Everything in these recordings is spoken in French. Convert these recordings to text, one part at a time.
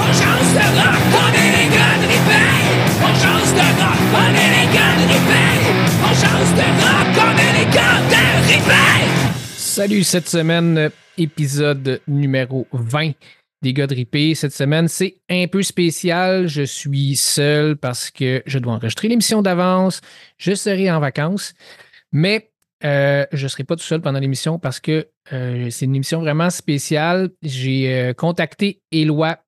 On change de rock, on est les gars de Ripey. On change de rock, on est les gars de Ripey. On change de rock, on est les gars de Ripey. Salut, cette semaine, épisode numéro 20 des gars de Ripey. Cette semaine, c'est un peu spécial. Je suis seul parce que je dois enregistrer l'émission d'avance. Je serai en vacances, mais je ne serai pas tout seul pendant l'émission parce que c'est une émission vraiment spéciale. J'ai contacté Éloi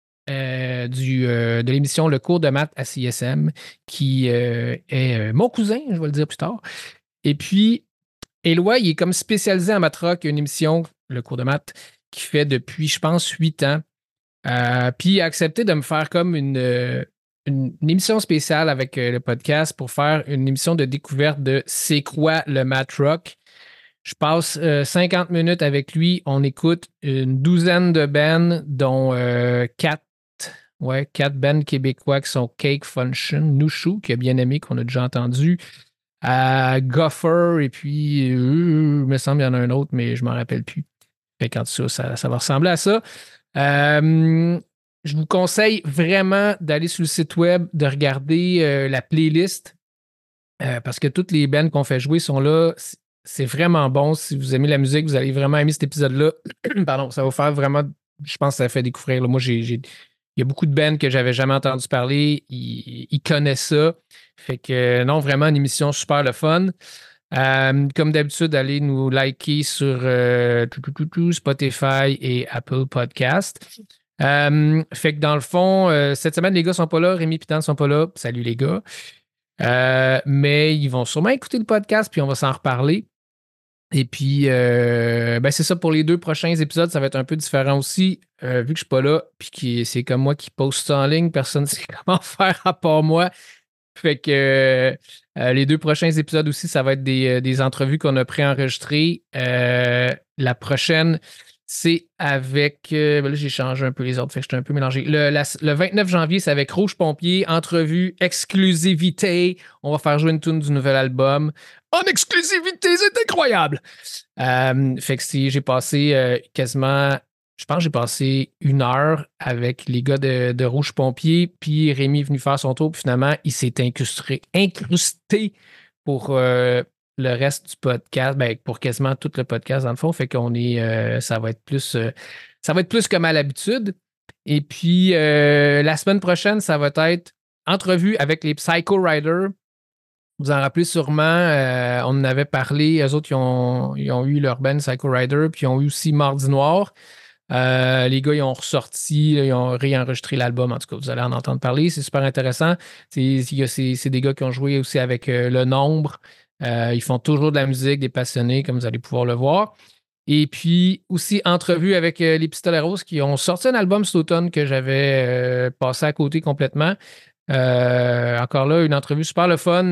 de l'émission Le cours de maths à CISM, qui est mon cousin, je vais le dire plus tard. Et puis, Éloi, il est comme spécialisé en maths rock, une émission, Le cours de maths, qui fait depuis, je pense, 8 ans. Puis il a accepté de me faire comme une émission spéciale avec le podcast pour faire une émission de découverte de c'est quoi le math rock. Je passe 50 minutes avec lui. On écoute une douzaine de bands, dont 4 bands québécois qui sont Cake Function, Nushu, qui a bien aimé, qu'on a déjà entendu, Gopher, et puis il me semble qu'il y en a un autre, mais je ne m'en rappelle plus. Fait qu'en tout cas, ça va ressembler à ça. Je vous conseille vraiment d'aller sur le site web, de regarder la playlist, parce que toutes les bands qu'on fait jouer sont là. C'est vraiment bon. Si vous aimez la musique, vous allez vraiment aimer cet épisode-là. Pardon, ça va vous faire vraiment... Je pense que ça fait découvrir. Là. Moi, il y a beaucoup de bands que j'avais jamais entendu parler. Ils connaissent ça. Fait que non, vraiment une émission super le fun. Comme d'habitude, allez nous liker sur Spotify et Apple Podcast. Fait que dans le fond, cette semaine, les gars sont pas là. Rémi et Dan sont pas là. Salut les gars. Mais ils vont sûrement écouter le podcast, puis on va s'en reparler. Et puis, c'est ça pour les 2 prochains épisodes. Ça va être un peu différent aussi, vu que je suis pas là, puis c'est comme moi qui poste ça en ligne. Personne ne sait comment faire à part moi. Fait que les 2 prochains épisodes aussi, ça va être des entrevues qu'on a préenregistrées. La prochaine, c'est avec... là, j'ai changé un peu les ordres, fait que j'étais un peu mélangé. Le 29 janvier, c'est avec Rouge Pompier, entrevue, exclusivité. On va faire jouer une tune du nouvel album. En exclusivité, c'est incroyable! Fait que j'ai passé quasiment... Je pense que j'ai passé 1 heure avec les gars de Rouge Pompier, puis Rémi est venu faire son tour, puis finalement, il s'est incrusté pour le reste du podcast, pour quasiment tout le podcast dans le fond. Fait qu'on est, ça va être plus comme à l'habitude. Et puis, la semaine prochaine, ça va être entrevue avec les Psycho Riders. Vous en rappelez sûrement, on en avait parlé, eux autres, ils ont eu leur band Psycho Rider, puis ils ont eu aussi Mardi Noir. Les gars, ils ont ressorti, ils ont réenregistré l'album. En tout cas, vous allez en entendre parler. C'est super intéressant. C'est des gars qui ont joué aussi avec Le Nombre. Ils font toujours de la musique, des passionnés, comme vous allez pouvoir le voir. Et puis, aussi, entrevue avec les Pistoleros qui ont sorti un album cet automne que j'avais passé à côté complètement. Encore là, une entrevue super le fun.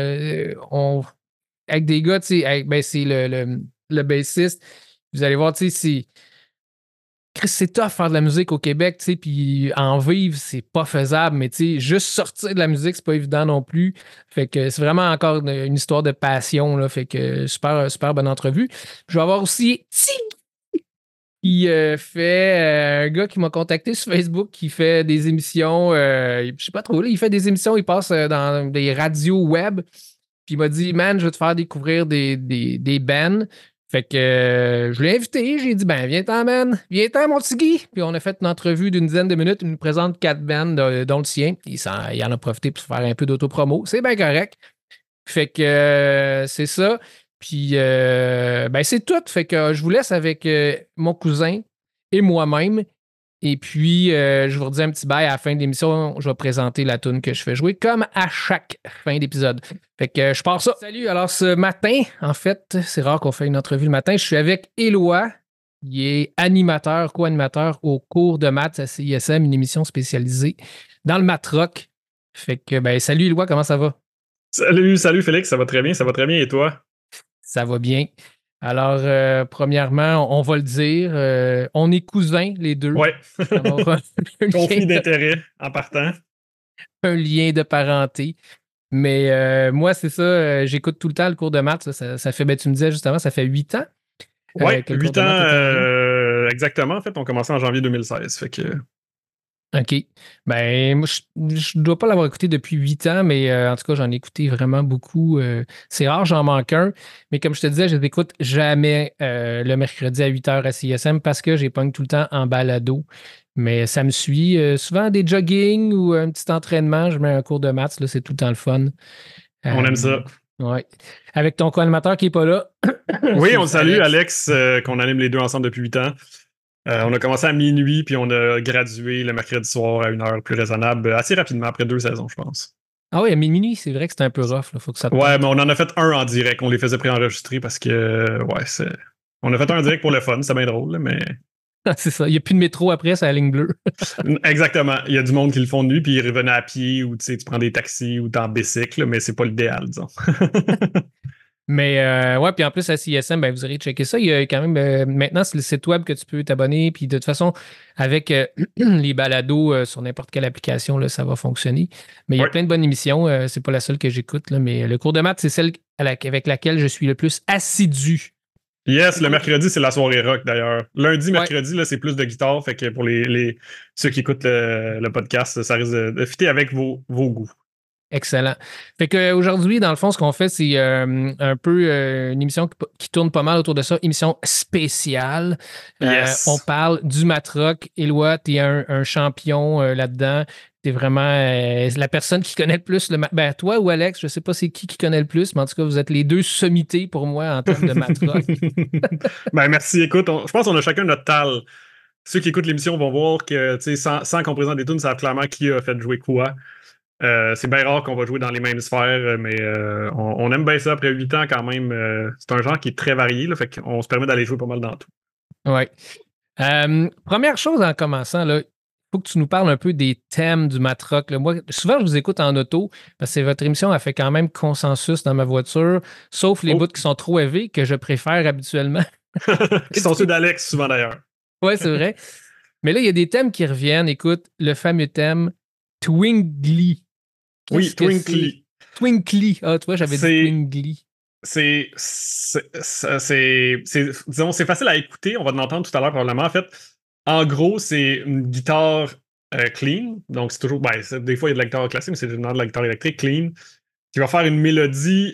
Avec des gars, tu sais, c'est le bassiste. Vous allez voir, tu sais, c'est tough faire de la musique au Québec, tu sais, puis en vivre, c'est pas faisable, mais tu sais, juste sortir de la musique, c'est pas évident non plus. Fait que c'est vraiment encore une histoire de passion, là. Fait que super, super bonne entrevue. Je vais avoir aussi qui fait un gars qui m'a contacté sur Facebook qui fait des émissions, je sais pas trop, là, il fait des émissions, il passe dans des radios web. Puis il m'a dit, man, je vais te faire découvrir des bands. Fait que je l'ai invité, j'ai dit, viens-t'en, man, viens-t'en, mon petit Guy. Puis on a fait une entrevue d'une dizaine de minutes, il nous présente 4 bands, dont le sien. Il en a profité pour faire un peu d'autopromo, c'est bien correct. Fait que c'est ça. Puis c'est tout. Fait que je vous laisse avec mon cousin et moi-même. Et puis, je vous redis un petit bail à la fin de l'émission. Je vais présenter la tune que je fais jouer comme à chaque fin d'épisode. Fait que je pars ça. Salut. Alors, ce matin, en fait, c'est rare qu'on fait une entrevue le matin. Je suis avec Éloi. Il est animateur, co-animateur au cours de maths à CISM, une émission spécialisée dans le math rock. Fait que, salut Éloi, comment ça va? Salut Félix, ça va très bien et toi? Ça va bien. Alors, premièrement, on va le dire, on est cousins, les deux. Ouais. Conflit d'intérêt en partant. Un lien de parenté. Mais moi, c'est ça, j'écoute tout le temps le cours de maths. Ça fait, tu me disais justement, ça fait 8 ans. Oui, 8 ans, exactement. En fait, on commençait en janvier 2016. Fait que OK. Ben, moi, je dois pas l'avoir écouté depuis 8 ans, mais en tout cas, j'en ai écouté vraiment beaucoup. C'est rare, j'en manque un. Mais comme je te disais, je n'écoute jamais le mercredi à 8 h à CISM parce que j'ai pogne tout le temps en balado. Mais ça me suit souvent des jogging ou un petit entraînement. Je mets un cours de maths, là, c'est tout le temps le fun. On aime ça. Ouais. Avec ton co-animateur qui n'est pas là. Oui, on C'est salue Alex, qu'on anime les deux ensemble depuis 8 ans. On a commencé à minuit, puis on a gradué le mercredi soir à une heure plus raisonnable, assez rapidement, après 2 saisons, je pense. Ah oui, à minuit, c'est vrai que c'était un peu rough. Il faut que ça te Ouais, tente. mais on en a fait un en direct. On les faisait préenregistrer parce que, ouais, c'est. On a fait un en direct pour le fun, c'est bien drôle, là, mais. C'est ça. Il n'y a plus de métro après, c'est la ligne bleue. Exactement. Il y a du monde qui le font de nuit, puis ils revenaient à pied, ou tu sais, tu prends des taxis, ou t'es en bicycle, mais c'est pas l'idéal, disons. Mais ouais, puis en plus à CISM, ben, vous aurez checké ça. Il y a quand même maintenant, c'est le site web que tu peux t'abonner. Puis de toute façon, avec les balados sur n'importe quelle application, là, ça va fonctionner. Mais il y a Ouais. plein de bonnes émissions. C'est pas la seule que j'écoute, là, mais le cours de maths, c'est celle avec laquelle je suis le plus assidu. Yes, le mercredi, c'est la soirée rock d'ailleurs. Lundi, Ouais. mercredi, là, c'est plus de guitare. Fait que pour ceux qui écoutent le podcast, ça risque de fitter avec vos goûts. Excellent. Fait qu'aujourd'hui, dans le fond, ce qu'on fait, c'est un peu une émission qui tourne pas mal autour de ça, émission spéciale. Yes. On parle du matrock. Éloi, tu es un champion là-dedans. Tu es vraiment la personne qui connaît le plus ben, toi ou Alex, je sais pas c'est qui connaît le plus, mais en tout cas, vous êtes les deux sommités pour moi en termes de matrock. Ben merci. Écoute, je pense qu'on a chacun notre tal. Ceux qui écoutent l'émission vont voir que, tu sais, sans qu'on présente des tunes, savent clairement qui a fait jouer quoi. C'est bien rare qu'on va jouer dans les mêmes sphères, mais on aime bien ça après 8 ans quand même. C'est un genre qui est très varié, là, fait qu'on se permet d'aller jouer pas mal dans tout. Ouais. Première chose en commençant, il faut que tu nous parles un peu des thèmes du matrock. Là. Moi, souvent, je vous écoute en auto parce que votre émission a fait quand même consensus dans ma voiture, sauf les bouts qui sont trop élevés que je préfère habituellement. Qui sont ceux d'Alex, souvent d'ailleurs. Oui, c'est vrai. Mais là, il y a des thèmes qui reviennent. Écoute, le fameux thème Twingly. Oui, Twinkly. Twinkly. Ah, tu vois, j'avais dit Twingly. Disons, c'est facile à écouter. On va l'entendre tout à l'heure probablement. En fait, en gros, c'est une guitare clean. Donc, c'est toujours. Des fois, il y a de la guitare classique, mais c'est généralement de la guitare électrique clean qui va faire une mélodie,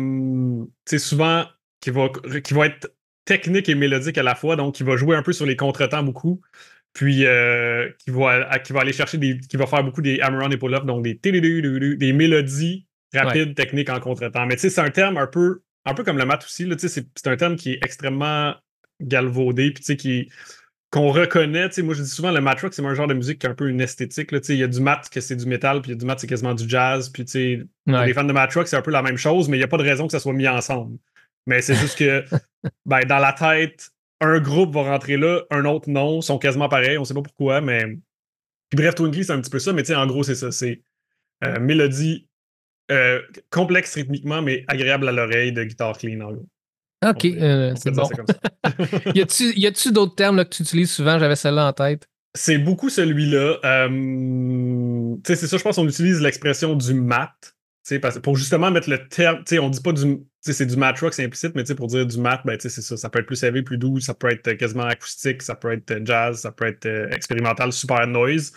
souvent qui va être technique et mélodique à la fois. Donc, qui va jouer un peu sur les contretemps beaucoup. Puis, qui va aller chercher qui va faire beaucoup des hammer-on et pull-up, donc des mélodies rapides, techniques en contretemps. Mais tu sais, c'est un terme un peu comme le math aussi. Là, c'est un terme qui est extrêmement galvaudé, puis tu sais, qu'on reconnaît. Tu sais, moi, je dis souvent, le math rock, c'est un genre de musique qui a un peu une esthétique. Il y a du math que c'est du métal, puis il y a du math c'est quasiment du jazz. Puis tu sais, pour les fans de math rock, c'est un peu la même chose, mais il n'y a pas de raison que ça soit mis ensemble. Mais c'est juste que, dans la tête, un groupe va rentrer là, un autre non, sont quasiment pareils, on sait pas pourquoi, mais. Puis bref, Twinkly, c'est un petit peu ça, mais tu sais, en gros, c'est ça. C'est mélodie complexe rythmiquement, mais agréable à l'oreille de guitare clean, en gros. OK, c'est bon. Comme ça. y a-tu d'autres termes là, que tu utilises souvent? J'avais celle-là en tête. C'est beaucoup celui-là. Tu sais, c'est ça, je pense qu'on utilise l'expression du mat. Pour justement mettre le terme, on dit pas c'est du mat rock, c'est implicite, mais pour dire du mat, c'est ça. Ça peut être plus élevé, plus doux, ça peut être quasiment acoustique, ça peut être jazz, ça peut être expérimental, super noise.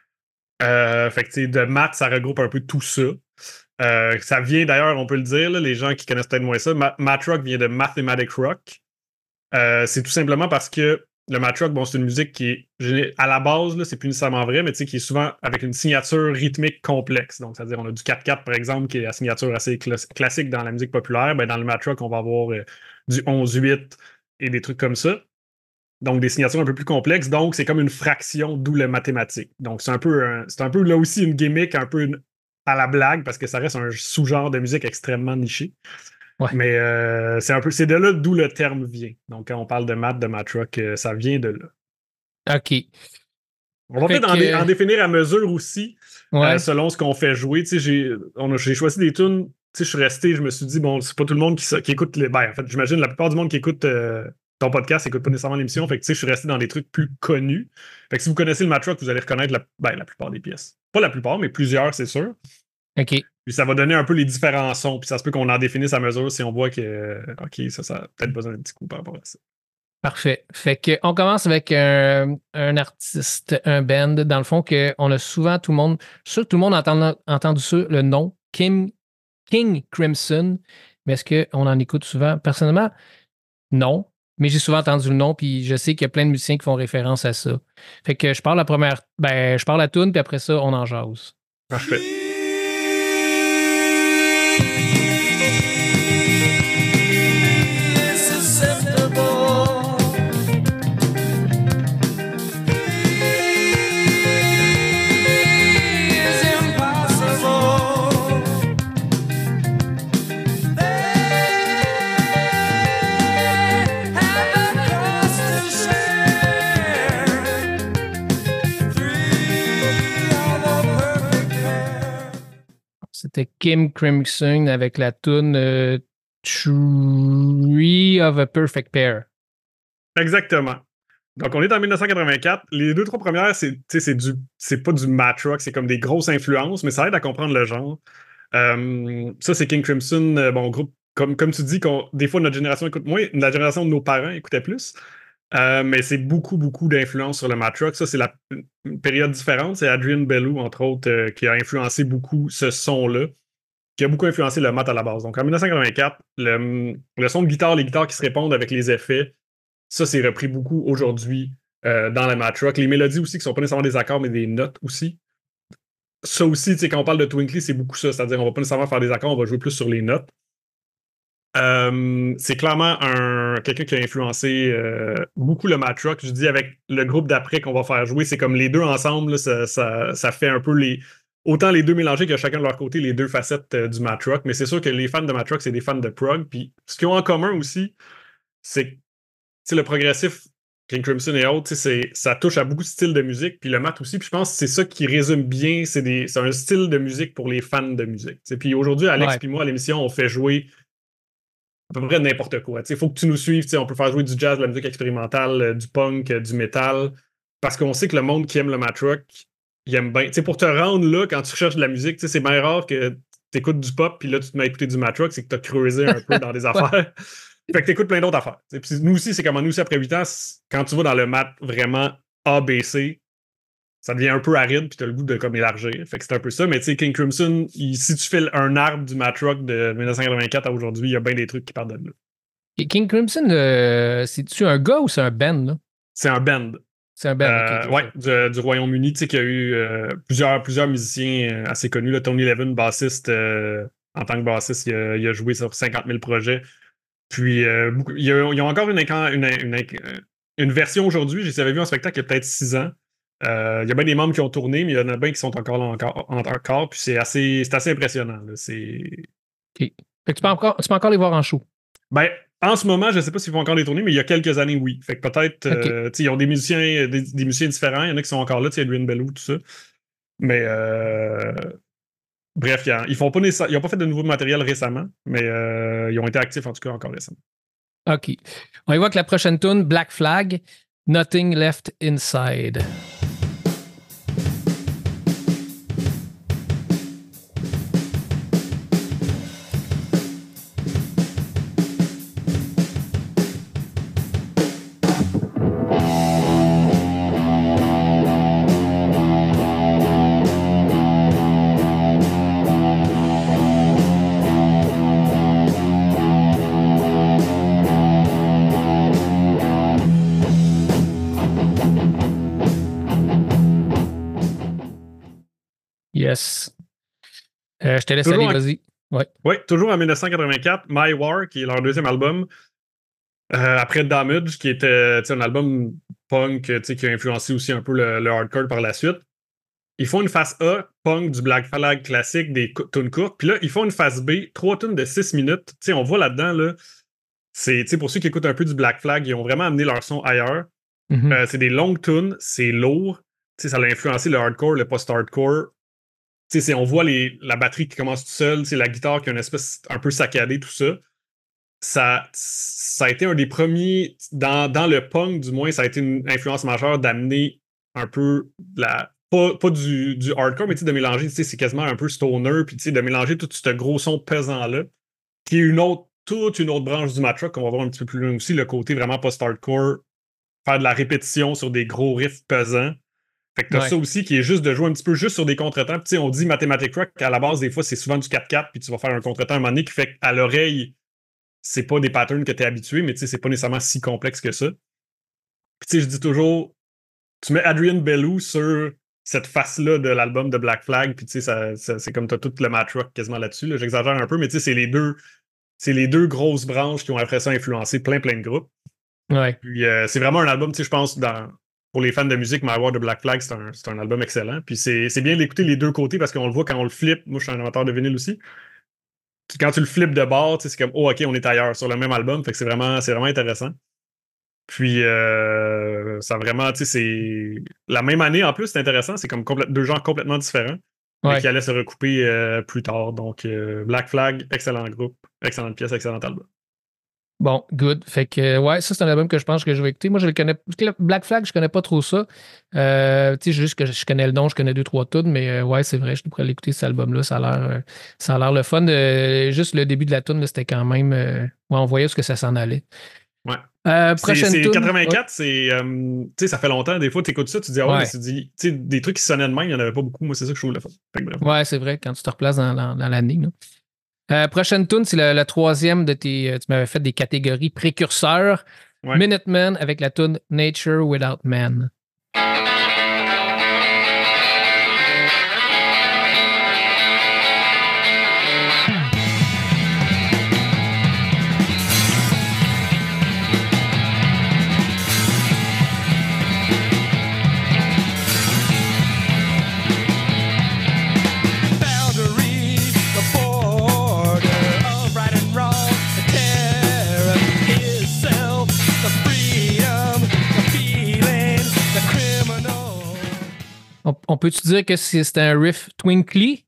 Fait que de mat, ça regroupe un peu tout ça. Ça vient d'ailleurs, on peut le dire, là, les gens qui connaissent peut-être moins ça, mat rock vient de mathematic rock. C'est tout simplement parce que le math rock, c'est une musique qui est, à la base, là, c'est plus nécessairement vrai, mais qui est souvent avec une signature rythmique complexe. Donc, c'est-à-dire, on a du 4/4, par exemple, qui est la signature assez classique dans la musique populaire. Dans le math rock, on va avoir du 11/8 et des trucs comme ça. Donc, des signatures un peu plus complexes. Donc, c'est comme une fraction, d'où le mathématique. Donc, c'est un peu là aussi une gimmick un peu à la blague, parce que ça reste un sous-genre de musique extrêmement niché. Ouais. Mais c'est de là d'où le terme vient. Donc, quand on parle de math rock, ça vient de là. OK. On va peut-être en définir à mesure aussi, selon ce qu'on fait jouer. J'ai choisi des tunes. Je suis resté, je me suis dit, bon, c'est pas tout le monde qui écoute les. En fait, j'imagine la plupart du monde qui écoute ton podcast n'écoute pas nécessairement l'émission. Fait que je suis resté dans des trucs plus connus. Fait que si vous connaissez le math rock, vous allez reconnaître la plupart des pièces. Pas la plupart, mais plusieurs, c'est sûr. OK. Puis ça va donner un peu les différents sons. Puis ça se peut qu'on en définisse à mesure si on voit que, OK, ça a peut-être besoin d'un petit coup par rapport à ça. Parfait. Fait que on commence avec un artiste, un band, dans le fond, qu'on a souvent, tout le monde, je suis sûr que tout le monde a entendu ça, le nom, King Crimson. Mais est-ce qu'on en écoute souvent? Personnellement, non. Mais j'ai souvent entendu le nom, puis je sais qu'il y a plein de musiciens qui font référence à ça. Fait que je parle je parle la tune, puis après ça, on en jase. Parfait. C'était Kim Crimson avec la tune Tree of a Perfect Pair. Exactement. Donc, on est en 1984. Les 2-3 premières, c'est pas du math rock, c'est comme des grosses influences, mais ça aide à comprendre le genre. Ça, c'est King Crimson, bon, groupe, comme tu dis, des fois notre génération écoute moins, la génération de nos parents écoutait plus. Mais c'est beaucoup, beaucoup d'influence sur le math rock. Ça, c'est une période différente. C'est Adrian Belew, entre autres, qui a influencé beaucoup ce son-là, qui a beaucoup influencé le math à la base. Donc, en 1984, le son de guitare, les guitares qui se répondent avec les effets, ça, c'est repris beaucoup aujourd'hui dans le math rock. Les mélodies aussi, qui sont pas nécessairement des accords, mais des notes aussi. Ça aussi, tu sais, quand on parle de Twinkly, c'est beaucoup ça. C'est-à-dire, on va pas nécessairement faire des accords, on va jouer plus sur les notes. C'est clairement quelqu'un qui a influencé beaucoup le math rock. Je dis avec le groupe d'après qu'on va faire jouer, c'est comme les deux ensemble, là, ça fait un peu autant les deux mélangés que chacun de leur côté, les deux facettes du math rock. Mais c'est sûr que les fans de math rock, c'est des fans de prog. Puis ce qu'ils ont en commun aussi, c'est que le progressif, King Crimson et autres, ça touche à beaucoup de styles de musique. Puis le math aussi. Puis je pense que c'est ça qui résume bien. C'est un style de musique pour les fans de musique. T'sais. Puis aujourd'hui, Alex et moi, à l'émission, on fait jouer à peu près n'importe quoi. Il faut que tu nous suives. On peut faire jouer du jazz, de la musique expérimentale, du punk, du métal. Parce qu'on sait que le monde qui aime le math rock, il aime bien. Pour te rendre là, quand tu cherches de la musique, c'est bien rare que tu écoutes du pop, puis là, tu te mets à écouter du math rock, c'est que tu as creusé un peu dans des affaires. Fait que tu écoutes plein d'autres affaires. Puis nous aussi, c'est comme nous aussi, après 8 ans, quand tu vas dans le math vraiment ABC, ça devient un peu aride, puis tu as le goût de comme élargir. Fait que c'est un peu ça. Mais tu sais, King Crimson, si tu fais un arbre du math rock de 1984 à aujourd'hui, il y a bien des trucs qui partent de là. Et King Crimson, c'est-tu un gars ou c'est un band? Là? C'est un band. C'est un band, ok. Ouais, du Royaume-Uni, tu sais, qu'il y a eu plusieurs musiciens assez connus. Là, Tony Levin, bassiste, en tant que bassiste, il a joué sur 50 000 projets. Puis, ils ont encore une version aujourd'hui. Je les avais vus en spectacle il y a peut-être 6 ans. Il y a bien des membres qui ont tourné, mais il y en a bien qui sont encore là encore. Puis c'est assez impressionnant. Là. OK. Fait que tu peux encore les voir en show. Ben, en ce moment, je ne sais pas s'ils vont encore les tourner, mais il y a quelques années, oui. Fait que peut-être, ils ont des musiciens, des musiciens différents. Il y en a qui sont encore là, Adrian Belew, tout ça. Mais bref, ils n'ont pas fait de nouveau matériel récemment, mais ils ont été actifs en tout cas encore récemment. OK. On y voit que la prochaine tune, Black Flag, Nothing Left Inside. Yes. Je te laisse aller, vas-y. Oui, toujours en 1984, My War, qui est leur deuxième album. Après Damage, qui était un album punk qui a influencé aussi un peu le hardcore par la suite. Ils font une face A, punk du Black Flag classique, des tunes courtes. Puis là, ils font une face B, 3 tunes de 6 minutes. T'sais, on voit là-dedans, là, c'est pour ceux qui écoutent un peu du Black Flag, ils ont vraiment amené leur son ailleurs. Mm-hmm. C'est des longues tunes, c'est lourd. Ça a influencé le hardcore, le post-hardcore. On voit la batterie qui commence tout seul, la guitare qui a une espèce un peu saccadée, tout ça. Ça a été un des premiers, dans le punk du moins, ça a été une influence majeure d'amener un peu pas du hardcore, mais de mélanger, c'est quasiment un peu stoner, puis de mélanger tout ce gros son pesant-là, qui est une autre toute une autre branche du Matrock qu'on va voir un petit peu plus loin aussi, le côté vraiment post-hardcore, faire de la répétition sur des gros riffs pesants. Fait que t'as ça aussi qui est juste de jouer un petit peu juste sur des contretemps. Puis, tu sais, on dit Mathematic Rock, à la base, des fois, c'est souvent du 4-4, puis tu vas faire un contretemps à un moment donné qui fait qu'à l'oreille, c'est pas des patterns que t'es habitué, mais tu sais, c'est pas nécessairement si complexe que ça. Puis, tu sais, je dis toujours, tu mets Adrian Belew sur cette face-là de l'album de Black Flag, puis tu sais, c'est comme t'as tout le Matrock quasiment là-dessus. Là. J'exagère un peu, mais tu sais, c'est les deux grosses branches qui ont après ça influencé plein de groupes. Ouais. Puis c'est vraiment un album, tu sais, je pense, pour les fans de musique, My War de Black Flag, c'est un album excellent. Puis c'est bien d'écouter les deux côtés parce qu'on le voit quand on le flippe. Moi, je suis un amateur de vinyle aussi. Puis quand tu le flippes de bord, tu sais, c'est comme, oh, OK, on est ailleurs sur le même album. Fait que c'est vraiment intéressant. Puis ça vraiment, tu sais, c'est la même année en plus, c'est intéressant. C'est comme deux genres complètement différents. Mais qui allaient se recouper plus tard. Donc, Black Flag, excellent groupe, excellente pièce, excellent album. Bon, good. Fait que, ouais, ça, c'est un album que je pense que je vais écouter. Moi, je le connais. Black Flag, je connais pas trop ça. Tu sais, juste que je connais le nom, je connais 2-3 tunes, mais ouais, c'est vrai, je pourrais l'écouter, cet album-là. Ça a l'air le fun. Juste le début de la tune, c'était quand même. Ouais, on voyait où ce que ça s'en allait. Ouais. Prochaine c'est tune. 84, c'est. Tu sais, ça fait longtemps. Des fois, tu écoutes ça, tu dis, ah ouais, mais tu dis, tu sais, des trucs qui sonnaient de même, il n'y en avait pas beaucoup. Moi, c'est ça que je trouve le fun. Ouais, c'est vrai, quand tu te replaces dans l'année. Prochaine tune, c'est la troisième de tes. Tu m'avais fait des catégories précurseurs. Ouais. Minutemen avec la tune Nature Without Man. On peut-tu dire que c'est un riff twinkly?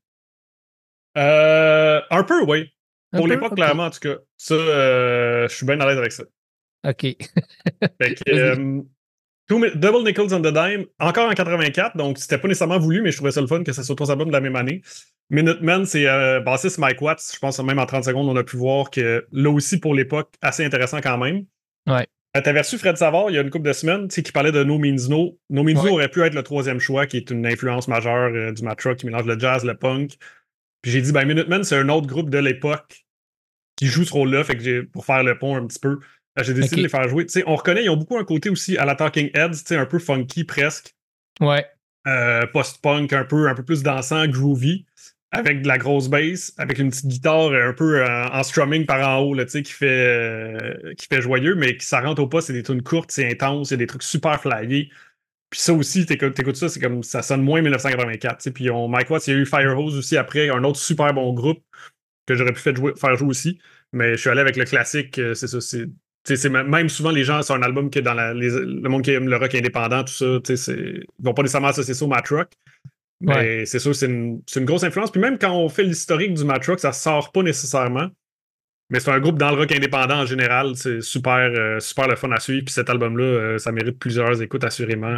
Un peu, oui. Pour l'époque, clairement, en tout cas. Ça, je suis bien à l'aise avec ça. OK. Fait que, Double Nickels on the Dime, encore en 84, donc c'était pas nécessairement voulu, mais je trouvais ça le fun que ça soit 3 albums de la même année. Minutemen, c'est bassiste Mike Watts. Je pense que même en 30 secondes, on a pu voir que là aussi, pour l'époque, assez intéressant quand même. Ouais. T'avais reçu Fred Savard il y a une couple de semaines, qui parlait de No Means No. No Means No aurait pu être le troisième choix, qui est une influence majeure du Matrock, qui mélange le jazz, le punk. Puis j'ai dit, ben Minutemen, c'est un autre groupe de l'époque qui joue ce rôle-là, fait que pour faire le pont un petit peu, j'ai décidé de les faire jouer. T'sais, on reconnaît, ils ont beaucoup un côté aussi à la Talking Heads, un peu funky presque. Ouais. Post-punk, un peu plus dansant, groovy, avec de la grosse bass, avec une petite guitare un peu en strumming par en haut, là, qui fait joyeux, mais qui ça rentre au pas, c'est des tunes courtes, c'est intense, il y a des trucs super flyés. Puis ça aussi, t'écoutes ça, c'est comme ça sonne moins 1984. Puis Mike Watts, il y a eu Firehose aussi après, un autre super bon groupe que j'aurais pu faire jouer aussi. Mais je suis allé avec le classique, c'est ça, même souvent les gens, c'est un album que dans le monde qui aime le rock indépendant, tout ça, ils vont pas nécessairement associer ça au Matrock. Mais c'est sûr, c'est une grosse influence. Puis même quand on fait l'historique du Matrock, ça sort pas nécessairement. Mais c'est un groupe dans le rock indépendant en général. C'est super le fun à suivre. Puis cet album-là, ça mérite plusieurs écoutes assurément.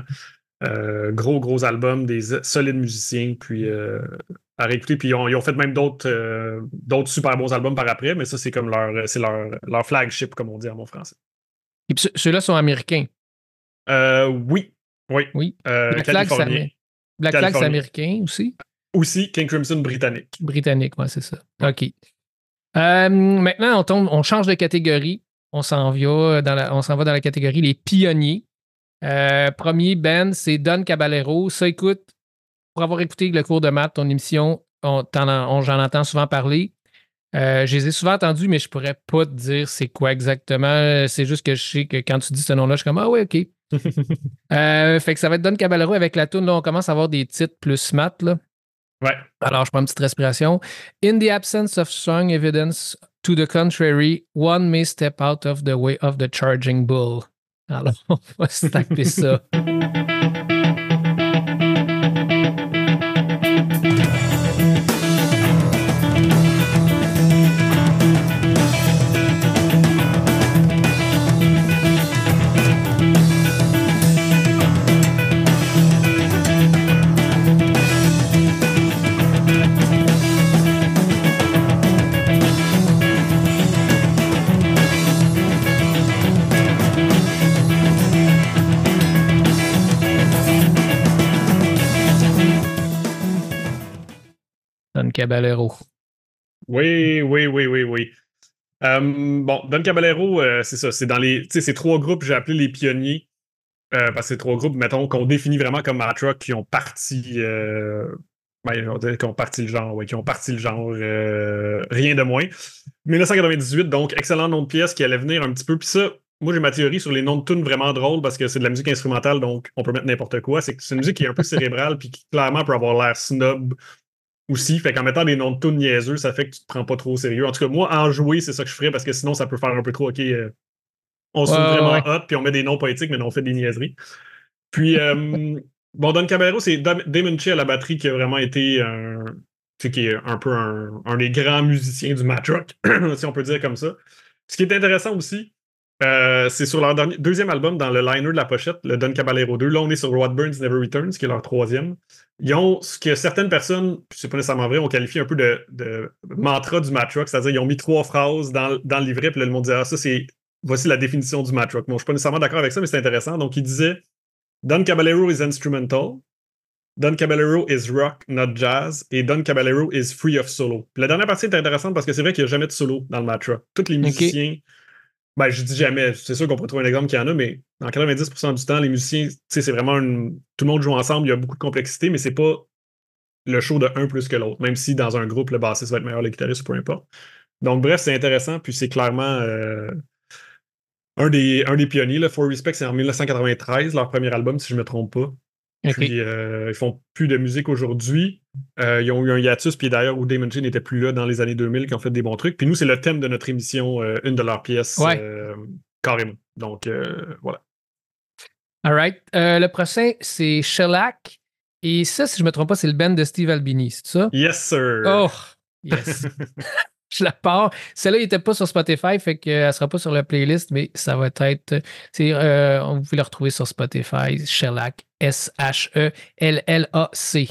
Gros album, des solides musiciens. Puis à réécouter. Puis ils ont fait même d'autres super bons albums par après. Mais ça, c'est comme leur flagship, comme on dit en bon français. Et puis ceux-là sont américains. Oui. Californien. Black Flag, c'est américain aussi? Aussi, King Crimson, britannique. Britannique, ouais, c'est ça. OK. Maintenant, on change de catégorie. On s'en va dans la catégorie les pionniers. Premier band, c'est Don Caballero. Ça, écoute, pour avoir écouté le cours de maths, ton émission, j'en entends souvent parler. Je les ai souvent entendus, mais je pourrais pas te dire c'est quoi exactement. C'est juste que je sais que quand tu dis ce nom-là, je suis comme ah ouais, OK. Fait que ça va être Don Caballero avec la tune. Là, on commence à avoir des titres plus maths, là. Ouais. Alors, je prends une petite respiration. In the absence of strong evidence to the contrary, one may step out of the way of the charging bull. Alors, on va se taper ça. Caballero. Oui. Bon, Don Caballero, c'est ça. C'est dans ces trois groupes, j'ai appelé les pionniers. Parce que c'est trois groupes, mettons, qu'on définit vraiment comme art rock qui ont parti. On dirait qui ont parti le genre, rien de moins. 1998, donc, excellent nom de pièce qui allait venir un petit peu. Puis ça, moi, j'ai ma théorie sur les noms de tunes vraiment drôles parce que c'est de la musique instrumentale, donc on peut mettre n'importe quoi. C'est une musique qui est un peu cérébrale puis qui clairement peut avoir l'air snob aussi. Fait qu'en mettant des noms de tunes niaiseux, ça fait que tu te prends pas trop au sérieux. En tout cas, moi, en jouer, c'est ça que je ferais parce que sinon, ça peut faire un peu trop, OK, on se trouve vraiment hot puis on met des noms poétiques, mais on fait des niaiseries. Puis, bon, Don Caballero, c'est Damon Che à la batterie qui a vraiment été qui est un peu un des grands musiciens du mat rock, si on peut dire comme ça. Ce qui est intéressant aussi, c'est sur leur deuxième album, dans le liner de la pochette, le Don Caballero 2. Là, on est sur What Burns Never Returns, qui est leur troisième. Ils ont ce que certaines personnes, puis c'est pas nécessairement vrai, ont qualifié un peu de mantra du mat rock, c'est-à-dire ils ont mis 3 phrases dans le livret, puis là, le monde disait, ça, voici la définition du mat rock. Bon, je suis pas nécessairement d'accord avec ça, mais c'est intéressant. Donc, il disait Don Caballero is instrumental. Don Caballero is rock, not jazz. Et Don Caballero is free of solo. Puis la dernière partie est intéressante parce que c'est vrai qu'il n'y a jamais de solo dans le mat rock. Tous les musiciens, ben je dis jamais, c'est sûr qu'on pourrait trouver un exemple qu'il y en a, mais dans 90% du temps, les musiciens, c'est vraiment tout le monde joue ensemble, il y a beaucoup de complexité, mais c'est pas le show de un plus que l'autre, même si dans un groupe, le bassiste va être meilleur, le guitariste, peu importe. Donc bref, c'est intéressant, puis c'est clairement un des pionniers. Là, For Respect, c'est en 1993, leur premier album, si je ne me trompe pas. Okay. Puis ils font plus de musique aujourd'hui. Ils ont eu un hiatus, puis d'ailleurs, où Damon Che n'était plus là dans les années 2000, qui ont fait des bons trucs. Puis nous, c'est le thème de notre émission, une de leurs pièces, carrément. Donc, voilà. All right. Le prochain, c'est Shellac. Et ça, si je ne me trompe pas, c'est le band de Steve Albini, c'est ça? Yes, sir. Oh, yes. Je la pars. Celle-là, il n'était pas sur Spotify, fait qu'elle ne sera pas sur la playlist, mais ça va être... on pouvez le retrouver sur Spotify, Shellac, S-H-E-L-L-A-C.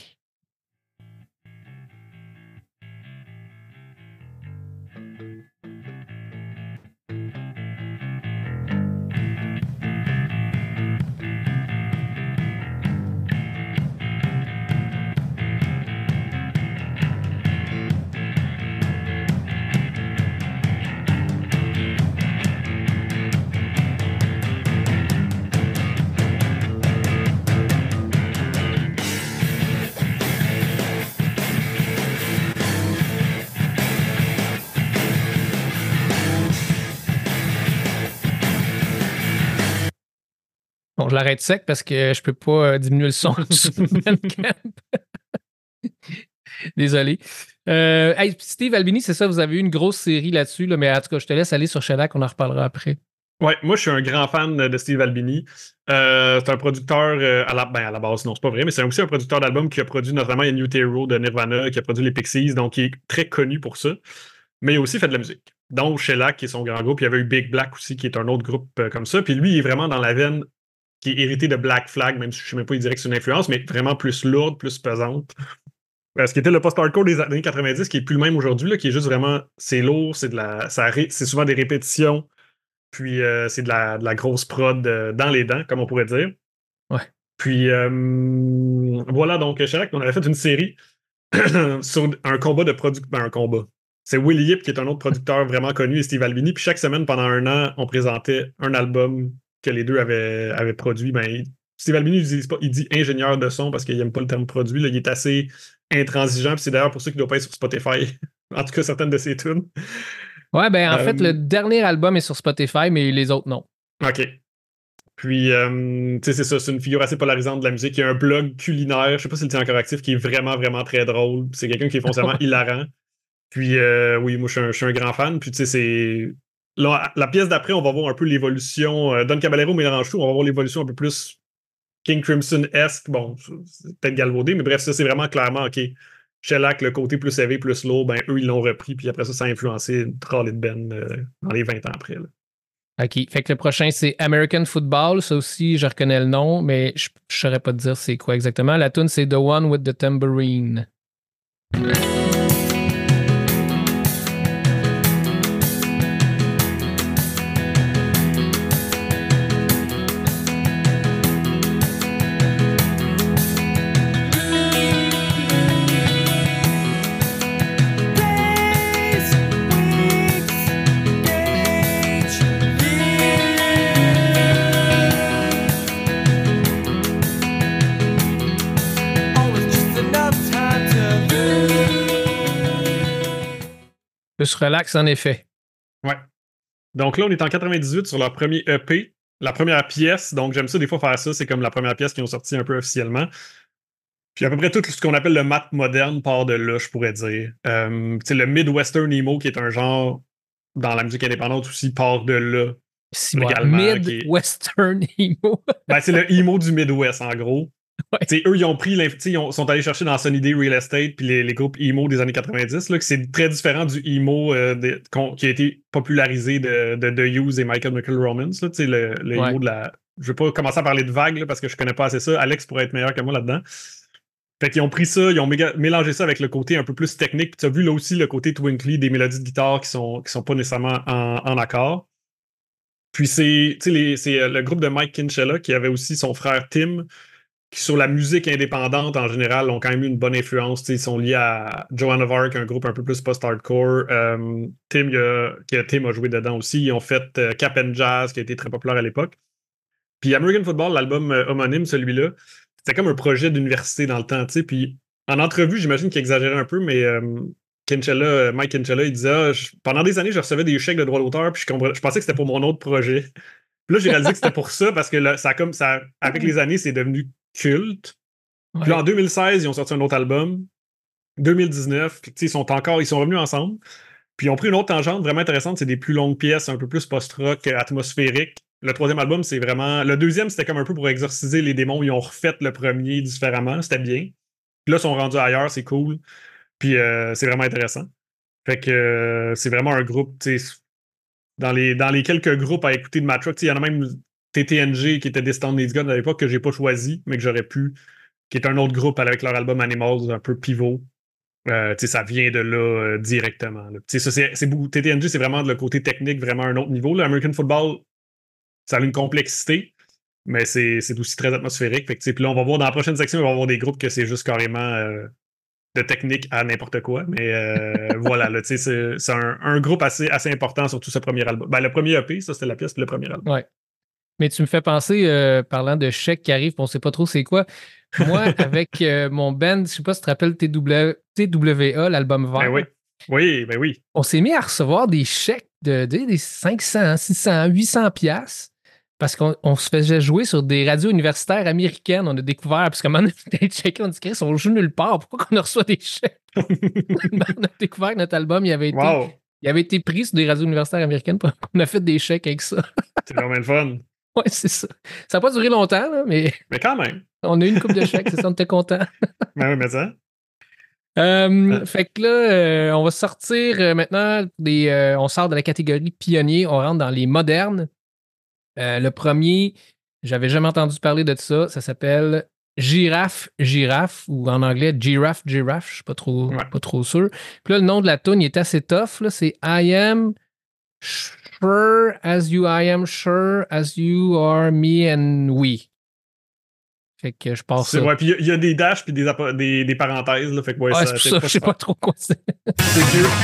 Bon, je l'arrête sec parce que je peux pas diminuer le son sur Bandcamp. Désolé. Hey, Steve Albini, c'est ça, vous avez eu une grosse série là-dessus, là, mais en tout cas, je te laisse aller sur Shellac, on en reparlera après. Ouais, moi, je suis un grand fan de Steve Albini. C'est un producteur à la base, non, c'est pas vrai, mais c'est aussi un producteur d'albums qui a produit notamment In Utero de Nirvana, qui a produit les Pixies, donc il est très connu pour ça. Mais il a aussi fait de la musique. Donc, Shellac, qui est son grand groupe, il y avait eu Big Black aussi, qui est un autre groupe comme ça. Puis lui, il est vraiment dans la veine qui est hérité de Black Flag, même si je ne sais même pas, il dirait que c'est une influence, mais vraiment plus lourde, plus pesante. Ce qui était le post-hardcore des années 90, qui est plus le même aujourd'hui, là, qui est juste vraiment, c'est lourd, c'est souvent des répétitions, puis c'est de la grosse prod dans les dents, comme on pourrait dire. Ouais. Puis voilà, donc Shellac, on avait fait une série sur un combat de producteurs. Un combat. C'est Will Yip, qui est un autre producteur vraiment connu, et Steve Albini, puis chaque semaine, pendant 1 an, on présentait un album que les deux avaient produit. Ben, Steve Albini il dit ingénieur de son parce qu'il n'aime pas le terme produit. Là, il est assez intransigeant. Puis c'est d'ailleurs pour ça qu'il ne doit pas être sur Spotify. En tout cas, certaines de ses tunes. Ouais, ben en fait, le dernier album est sur Spotify, mais les autres, non. OK. Puis, tu sais, c'est ça. C'est une figure assez polarisante de la musique. Il y a un blog culinaire, je ne sais pas si le tient encore actif, qui est vraiment, vraiment très drôle. C'est quelqu'un qui est foncièrement hilarant. Puis, oui, moi, je suis un grand fan. Puis, tu sais, c'est... Là, la pièce d'après, on va voir un peu l'évolution. Don Caballero mélange tout, on va voir l'évolution un peu plus King Crimson-esque. Bon, c'est peut-être galvaudé, mais bref, ça, c'est vraiment clairement, OK, Shellac, le côté plus élevé, plus lourd, ben eux, ils l'ont repris, puis après ça a influencé une trolley de Ben dans les 20 ans après. Là. OK. Fait que le prochain, c'est American Football. Ça aussi, je reconnais le nom, mais je ne saurais pas te dire c'est quoi exactement. La tune, c'est The One with the Tambourine. Plus relax, en effet. Ouais. Donc là, on est en 98 sur leur premier EP. La première pièce, donc j'aime ça des fois faire ça, c'est comme la première pièce qu'ils ont sorti un peu officiellement. Puis à peu près tout ce qu'on appelle le math moderne part de là, je pourrais dire. Le Midwestern Emo, qui est un genre dans la musique indépendante aussi, part de là. Mid-Western Emo. C'est le emo du Midwest, en gros. Ouais. Eux, ils ont pris sont allés chercher dans Sunny Day Real Estate puis les groupes emo des années 90, là, que c'est très différent du emo qui a été popularisé de The Used et Michael Romans. Là, le emo de la. Je vais pas commencer à parler de vague là, parce que je connais pas assez ça. Alex pourrait être meilleur que moi là-dedans. Fait qu'ils ont pris ça, ils ont mélangé ça avec le côté un peu plus technique. Puis tu as vu là aussi le côté twinkly des mélodies de guitare qui sont pas nécessairement en accord. Puis c'est le groupe de Mike Kinchella qui avait aussi son frère Tim, qui sur la musique indépendante en général ont quand même eu une bonne influence. Ils sont liés à Joan of Arc, un groupe un peu plus post-hardcore. Tim a joué dedans aussi. Ils ont fait Cap and Jazz, qui a été très populaire à l'époque. Puis American Football, l'album homonyme, celui-là, c'était comme un projet d'université dans le temps. Puis en entrevue, j'imagine qu'il exagérait un peu, mais Mike Kinchella, il disait pendant des années, je recevais des chèques de droit d'auteur, puis je pensais que c'était pour mon autre projet. Puis là, j'ai réalisé que c'était pour ça, parce que là, avec les années, c'est devenu culte. Ouais. Puis là, en 2016, ils ont sorti un autre album. 2019, ils sont revenus ensemble. Puis ils ont pris une autre tangente vraiment intéressante, c'est des plus longues pièces, un peu plus post-rock, atmosphérique. Le troisième album, c'est vraiment. Le deuxième, c'était comme un peu pour exorciser les démons. Ils ont refait le premier différemment. C'était bien. Puis là, ils sont rendus ailleurs, c'est cool. Puis c'est vraiment intéressant. Fait que c'est vraiment un groupe, tu sais. Dans les quelques groupes à écouter de Matrock, il y en a même TTNG qui était Distant Needs God à l'époque que j'ai pas choisi, mais que j'aurais pu, qui est un autre groupe avec leur album Animals, un peu pivot. Ça vient de là directement. Là. Ça, c'est beaucoup. TTNG, c'est vraiment de le côté technique, vraiment un autre niveau. Là. American Football, ça a une complexité, mais c'est aussi très atmosphérique. Fait que, puis là, on va voir dans la prochaine section, on va voir des groupes que c'est juste carrément de technique à n'importe quoi. Mais voilà, là, c'est un groupe assez important sur tout ce premier album. Le premier EP, ça, c'était la pièce, puis le premier album. Ouais. Mais tu me fais penser, parlant de chèques qui arrivent, on ne sait pas trop c'est quoi. Moi, avec mon band, je ne sais pas si tu te rappelles TWA, l'album vert. Oui. On s'est mis à recevoir des chèques des 500, 600, 800 piastres parce qu'on se faisait jouer sur des radios universitaires américaines. On a découvert, parce qu'à un moment donné, on a checké, on dit Chris, on joue nulle part. Pourquoi qu'on reçoit des chèques? On a découvert que notre album, il avait été pris sur des radios universitaires américaines. On a fait des chèques avec ça. C'est vraiment le fun. Ouais, c'est ça. Ça n'a pas duré longtemps, là, mais quand même. On a eu une coupe de chèques, c'est ça, on était contents. Oui, mais ça. Fait que là, on va sortir maintenant on sort de la catégorie pionnier, on rentre dans les modernes. Le premier, j'avais jamais entendu parler de ça. Ça s'appelle Giraffe, ou en anglais Giraffe, je suis pas trop sûr. Puis là, le nom de la tune il est assez tough. Là, c'est I am sure as you are me and we. Fait que je pense. Ouais, puis il y a des dashs puis des parenthèses. Là, fait que c'est pour ça, je sais pas trop quoi c'est. C'est dur.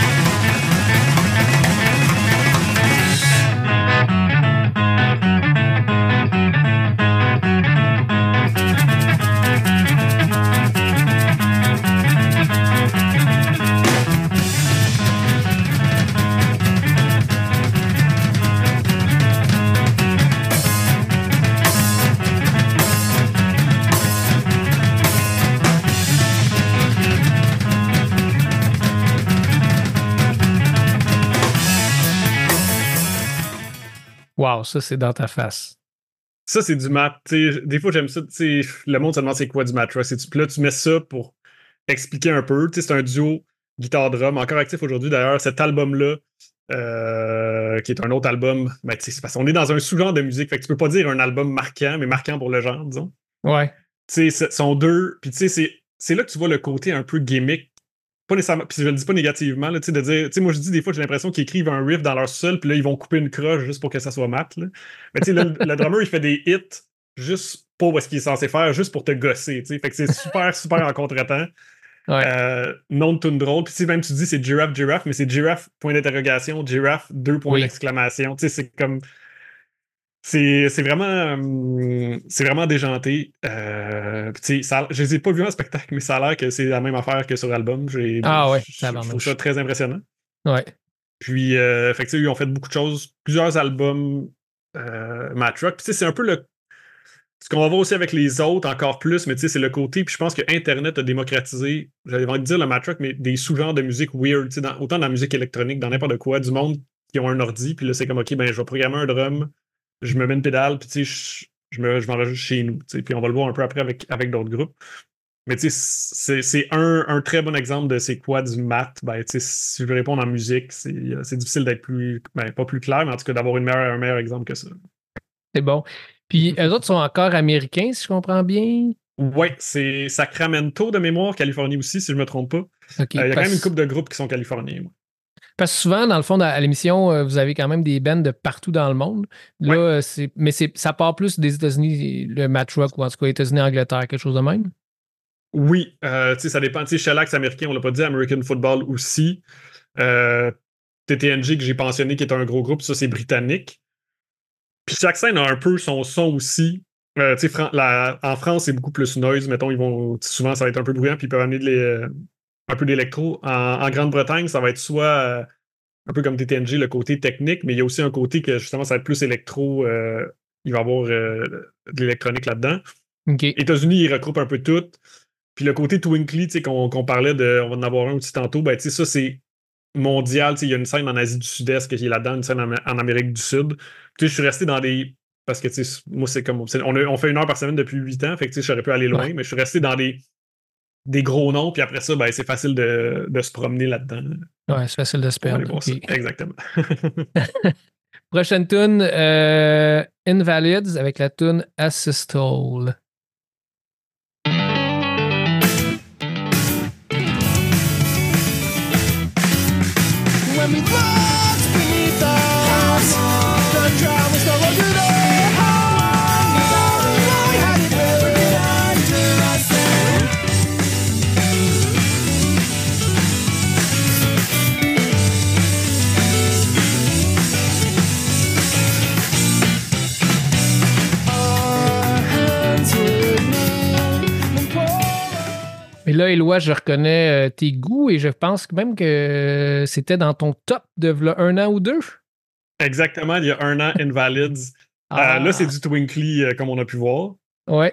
Wow, ça, c'est dans ta face. Ça, c'est du mat. Des fois, j'aime ça. Le monde se demande c'est quoi du mat rock. Puis là, tu mets ça pour expliquer un peu. C'est un duo guitare-drum, encore actif aujourd'hui. D'ailleurs, cet album-là, qui est un autre album, c'est parce qu'on est dans un sous-genre de musique. Fait que tu peux pas dire un album marquant, mais marquant pour le genre, disons. Ouais. Sont deux. Puis c'est là que tu vois le côté un peu gimmick. Pas nécessairement, puis je le dis pas négativement, là, de dire, moi je dis des fois, j'ai l'impression qu'ils écrivent un riff dans leur sol, puis là, ils vont couper une croche juste pour que ça soit mat. Là. Mais le drummer, il fait des hits juste pour ce qu'il est censé faire, juste pour te gosser. Fait que c'est super, super en contre-temps. Ouais. Non de tune drôle. Puis même tu dis c'est Giraffe, mais c'est Giraffe, point d'interrogation, Giraffe, 2 points d'exclamation. C'est comme. C'est vraiment déjanté. Je les ai pas vus en spectacle, mais ça a l'air que c'est la même affaire que sur l'album. Ah ouais, je trouve ça très impressionnant. Ouais. Puis, fait que, ils ont fait beaucoup de choses, plusieurs albums Matt Rock. Puis, c'est un peu ce qu'on va voir aussi avec les autres encore plus, mais c'est le côté, puis je pense que Internet a démocratisé, j'avais envie de dire le Matt Rock, mais des sous-genres de musique weird, autant dans la musique électronique, dans n'importe quoi, du monde qui ont un ordi, puis là, c'est comme, OK, ben, je vais programmer un drum, je me mets une pédale, puis je m'enregistre chez nous, puis on va le voir un peu après avec d'autres groupes. Mais c'est un très bon exemple de c'est quoi du math. Ben, si je veux répondre en musique, c'est difficile d'être plus, ben, pas plus clair, mais en tout cas d'avoir un meilleur exemple que ça. C'est bon. Puis, eux autres sont encore américains, si je comprends bien. Ouais, c'est Sacramento de mémoire, Californie aussi, si je me trompe pas. OK. Il y a quand même une couple de groupes qui sont californiens. Ouais. Parce que souvent, dans le fond, à l'émission, vous avez quand même des bands de partout dans le monde. Là, ça part plus des États-Unis, le Matt Rock, ou en tout cas États-Unis, Angleterre, quelque chose de même. Oui, ça dépend. Shellac américain, on l'a pas dit, American Football aussi. TTNG que j'ai pensionné, qui est un gros groupe, ça c'est britannique. Puis chaque scène a un peu son son aussi. En France, c'est beaucoup plus noise. Mettons, souvent, ça va être un peu bruyant, puis ils peuvent amener un peu d'électro. En Grande-Bretagne, ça va être soit un peu comme TTNG, le côté technique, mais il y a aussi un côté que justement, ça va être plus électro. Il va y avoir de l'électronique là-dedans. Okay. États-Unis, ils regroupent un peu tout. Puis le côté Twinkly, qu'on parlait de, on va en avoir un aussi tantôt, ben, ça, c'est mondial. Il y a une scène en Asie du Sud-Est qui est là-dedans, une scène en Amérique du Sud. Je suis resté dans des. Parce que moi, c'est comme. On fait 1 heure par semaine depuis 8 ans, fait que j'aurais pu aller loin, mais je suis resté dans des gros noms, puis après ça, ben, c'est facile de se promener là-dedans. Ouais, c'est facile de se perdre. Okay. Exactement. Prochaine tune, Invalids avec la tune Assistole. When we lost beneath us, the drum was no longer there. How long had it been under us then? Mais là, Éloi, je reconnais tes goûts et je pense même que c'était dans ton top de 1 an ou 2. Exactement, il y a 1 an, Invalids. Là, c'est du Twinkly, comme on a pu voir. Ouais.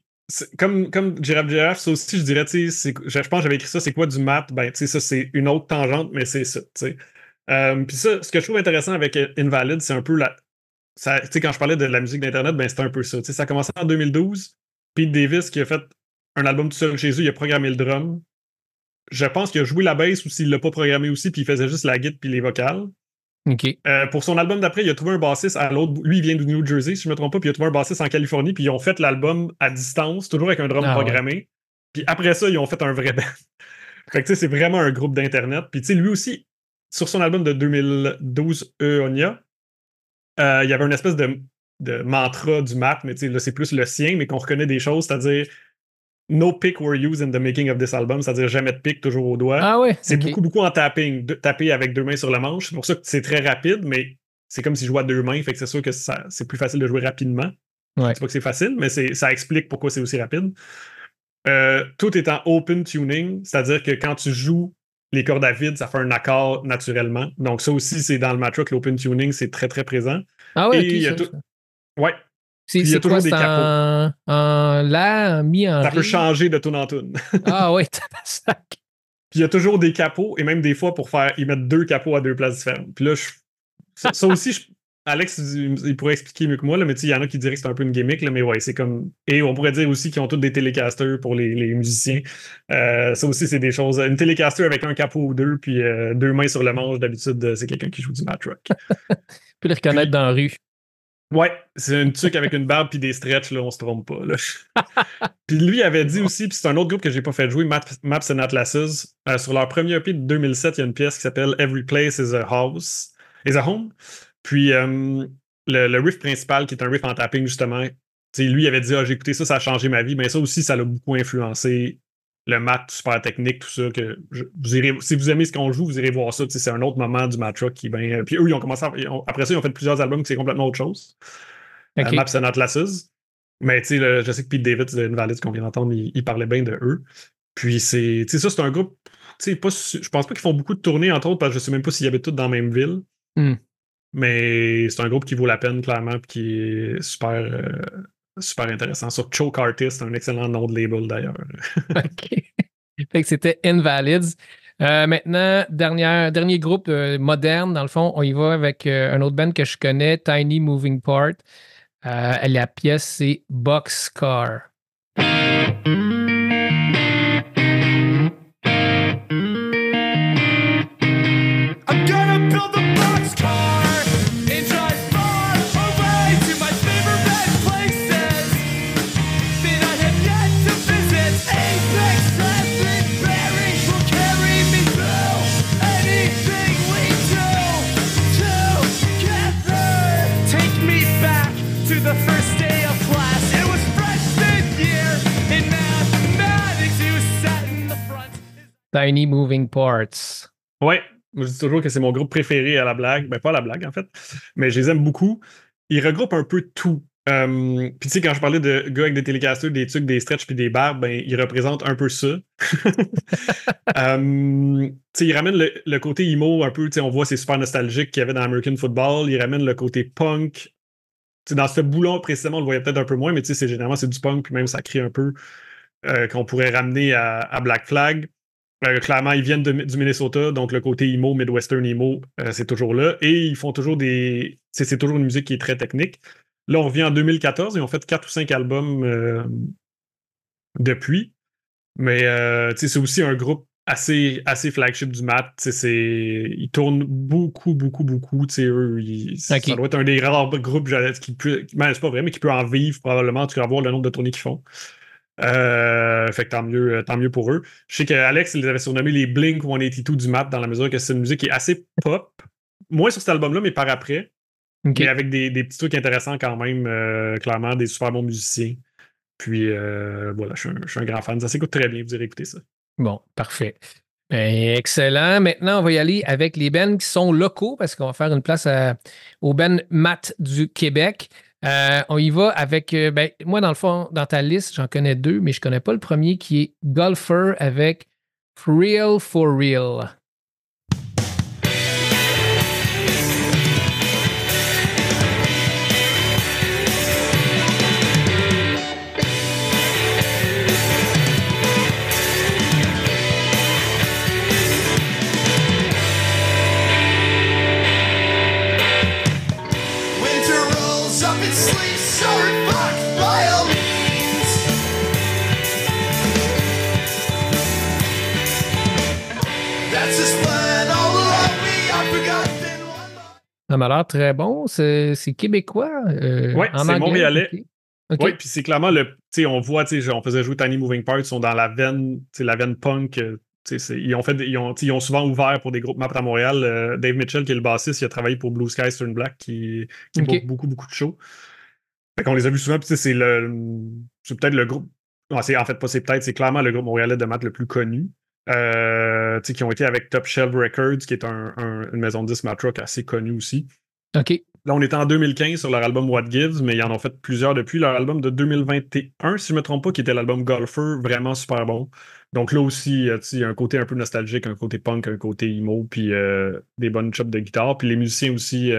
Comme Giraffe, ça aussi, je dirais, je pense que j'avais écrit ça, c'est quoi du math? Ben, ça, c'est une autre tangente, mais c'est ça, puis ça, ce que je trouve intéressant avec Invalids, c'est un peu quand je parlais de la musique d'Internet, ben, c'était un peu ça. Ça a commencé en 2012. Pete Davis, qui a fait un album tout seul chez eux, il a programmé le drum. Je pense qu'il a joué la bass ou s'il l'a pas programmé aussi, puis il faisait juste la guitare puis les vocales. OK. Pour son album d'après, il a trouvé un bassiste à l'autre bout. Lui, il vient du New Jersey, si je ne me trompe pas, puis il a trouvé un bassiste en Californie, puis ils ont fait l'album à distance, toujours avec un drum programmé. Ouais. Puis après ça, ils ont fait un vrai band. Fait que c'est vraiment un groupe d'Internet. Puis lui aussi, sur son album de 2012, Eonia, il y avait une espèce de mantra du math, mais là, c'est plus le sien, mais qu'on reconnaît des choses, c'est-à-dire no pick were used in the making of this album, c'est-à-dire jamais de pick, toujours au doigt. Ah ouais? C'est beaucoup en tapping, taper avec 2 mains sur la manche. C'est pour ça que c'est très rapide, mais c'est comme si je jouais à 2 mains, fait que c'est sûr que c'est plus facile de jouer rapidement. Ouais. C'est pas que c'est facile, mais ça explique pourquoi c'est aussi rapide. Tout est en open tuning, c'est-à-dire que quand tu joues les cordes à vide, ça fait un accord naturellement. Donc ça aussi, c'est dans le Matt Rock, l'open tuning, c'est très, très présent. Ah ouais, et il y a tout. Ouais. Il y a toujours des capots. En la, mis en ça peut changer de tune en tune. Ah ouais, tabac. Puis il y a toujours des capots, et même des fois pour ils mettent 2 capots à 2 places différentes. Puis là, ça aussi, Alex, il pourrait expliquer mieux que moi, là, mais il y en a qui diraient que c'est un peu une gimmick, là, mais ouais, c'est comme. Et on pourrait dire aussi qu'ils ont tous des télécasters pour les musiciens. Ça aussi, c'est des choses. Une télécaster avec un capot ou 2, puis 2 mains sur le manche, d'habitude, c'est quelqu'un qui joue du Matt Rock. Tu peux les reconnaître dans la rue. Ouais, c'est une tuque avec une barbe puis des stretches, là, on se trompe pas. Là. Puis lui avait dit aussi, puis c'est un autre groupe que j'ai pas fait jouer, Maps and Atlases. Sur leur premier EP de 2007, il y a une pièce qui s'appelle Every Place is a House, is a Home. Puis le riff principal, qui est un riff en tapping, justement, lui il avait dit j'ai écouté ça, ça a changé ma vie. Mais ça aussi, ça l'a beaucoup influencé. Le math super technique, tout ça. Si vous aimez ce qu'on joue, vous irez voir ça. C'est un autre moment du Matt Rock qui ben. Puis eux, ils ont commencé après ça, ils ont fait plusieurs albums qui c'est complètement autre chose. Okay. Maps and Atlases. Mais je sais que Pete David de Invalids qu'on vient d'entendre, il parlait bien de eux. Puis c'est un groupe je pense pas qu'ils font beaucoup de tournées, entre autres, parce que je sais même pas s'ils habitent tous dans la même ville. Hmm. Mais c'est un groupe qui vaut la peine, clairement, puis qui est super intéressant. Sur Choke Artist, un excellent nom de label, d'ailleurs. OK. Fait que c'était Invalids. Maintenant, dernier groupe moderne, dans le fond, on y va avec un autre band que je connais, Tiny Moving Part. La pièce, c'est Boxcar. I'm gonna build a boxcar and drive far away to my favorite places that I have yet to visit. Apex traffic bearings will carry me through anything we do together. Take me back to the first day of class. It was freshman year in mathematics. You sat in the front. Tiny Moving Parts. Ouais, je dis toujours que c'est mon groupe préféré à la blague. Ben, pas à la blague, en fait, mais je les aime beaucoup. Ils regroupent un peu tout. Puis, tu sais, quand je parlais de gars avec des télécasters, des trucs, des stretches puis des barbes, ben, ils représentent un peu ça. Tu sais, ils ramènent le côté emo un peu. Tu sais, on voit c'est super nostalgique qu'il y avait dans American Football. Ils ramènent le côté punk. Tu sais, dans ce boulot, précisément, on le voyait peut-être un peu moins, mais tu sais, généralement, c'est du punk, puis même ça crée un peu qu'on pourrait ramener à Black Flag. Clairement, ils viennent du Minnesota, donc le côté emo, Midwestern emo, c'est toujours là. Et ils font toujours c'est toujours une musique qui est très technique. Là, on revient en 2014 et on fait 4 ou 5 albums depuis. Mais c'est aussi un groupe assez flagship du mat. Ils tournent beaucoup. Eux, ça doit être un des rares groupes qui peut. Ben, c'est pas vrai, mais qui peut en vivre probablement. Tu vas voir le nombre de tournées qu'ils font. Fait que tant mieux pour eux. Je sais qu'Alex les avait surnommés les Blink 182 du mat dans la mesure que c'est une musique qui est assez pop. Moins sur cet album-là, mais par après. Okay. Mais avec des petits trucs intéressants quand même, clairement, des super bons musiciens. Puis voilà, je suis un grand fan. Ça s'écoute très bien, vous irez écouter ça. Bon, parfait. Ben, excellent. Maintenant, on va y aller avec les bands qui sont locaux parce qu'on va faire une place aux bands mat du Québec. On y va avec, moi, dans le fond, dans ta liste, j'en connais 2, mais je connais pas le premier qui est Golfer avec Real for Real. Ça m'a l'air très bon. C'est québécois. Oui, c'est montréalais. Okay. Oui, puis c'est clairement on voit, on faisait jouer Tiny Moving Parts, ils sont dans la veine punk. Ils ont souvent ouvert pour des groupes maps à Montréal. Dave Mitchell, qui est le bassiste, il a travaillé pour Blue Sky Stern Black, qui book beaucoup de shows. Fait qu'on les a vus souvent, puis c'est peut-être le groupe. Non, c'est clairement le groupe montréalais de maths le plus connu. Qui ont été avec Top Shelf Records, qui est une maison de disques mat rock assez connue aussi. OK. Là, on est en 2015 sur leur album What Gives, mais ils en ont fait plusieurs depuis. Leur album de 2021, si je ne me trompe pas, qui était l'album Golfer, vraiment super bon. Donc là aussi, il y a un côté un peu nostalgique, un côté punk, un côté emo, puis des bonnes chops de guitare. Puis les musiciens aussi,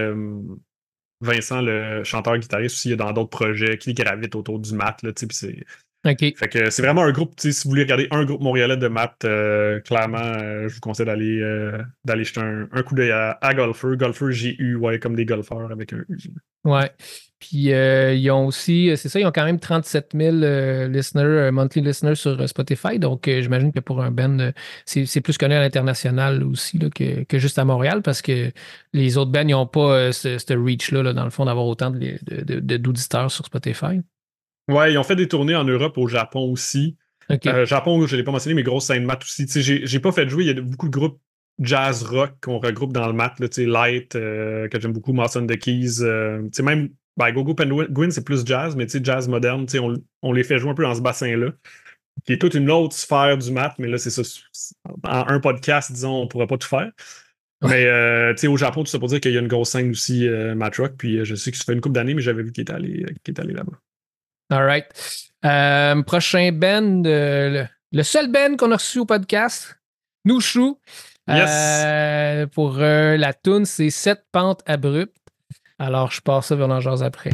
Vincent, le chanteur-guitariste, aussi, il y a dans d'autres projets qui gravitent autour du mat. Là, puis c'est... Okay. Fait que c'est vraiment un groupe, si vous voulez regarder un groupe montréalais de maths, clairement, je vous conseille d'aller jeter un coup d'œil à Golfer. Golfer, G-U, ouais, comme des golfeurs avec un U. Ouais. Puis ils ont aussi, c'est ça, ils ont quand même 37 000 monthly listeners sur Spotify. Donc j'imagine que pour un band, c'est plus connu à l'international aussi là, que juste à Montréal parce que les autres bands, ils n'ont pas ce reach-là, dans le fond, d'avoir autant d'auditeurs sur Spotify. Ouais, ils ont fait des tournées en Europe, au Japon aussi. Okay. Japon, je ne l'ai pas mentionné, mais grosse scène mat aussi. J'ai pas fait jouer, il y a beaucoup de groupes jazz rock qu'on regroupe dans le mat. Là, Light, que j'aime beaucoup, Moss on the Keys. Même Go-Go Penguin, c'est plus jazz, mais jazz moderne, on les fait jouer un peu dans ce bassin-là. Qui est toute une autre sphère du mat, mais là, c'est ça. En un podcast, disons, on ne pourra pas tout faire. Ouais. Mais au Japon, tout ça pour dire qu'il y a une grosse scène aussi mat rock. Puis je sais que ça fait une couple d'années, mais j'avais vu qu'il était allé là-bas. All right. Prochain band, le seul band qu'on a reçu au podcast, Nouchou. Yes. Pour la toune, c'est 7 pentes abruptes. Alors, je passe ça vers l'enjase après.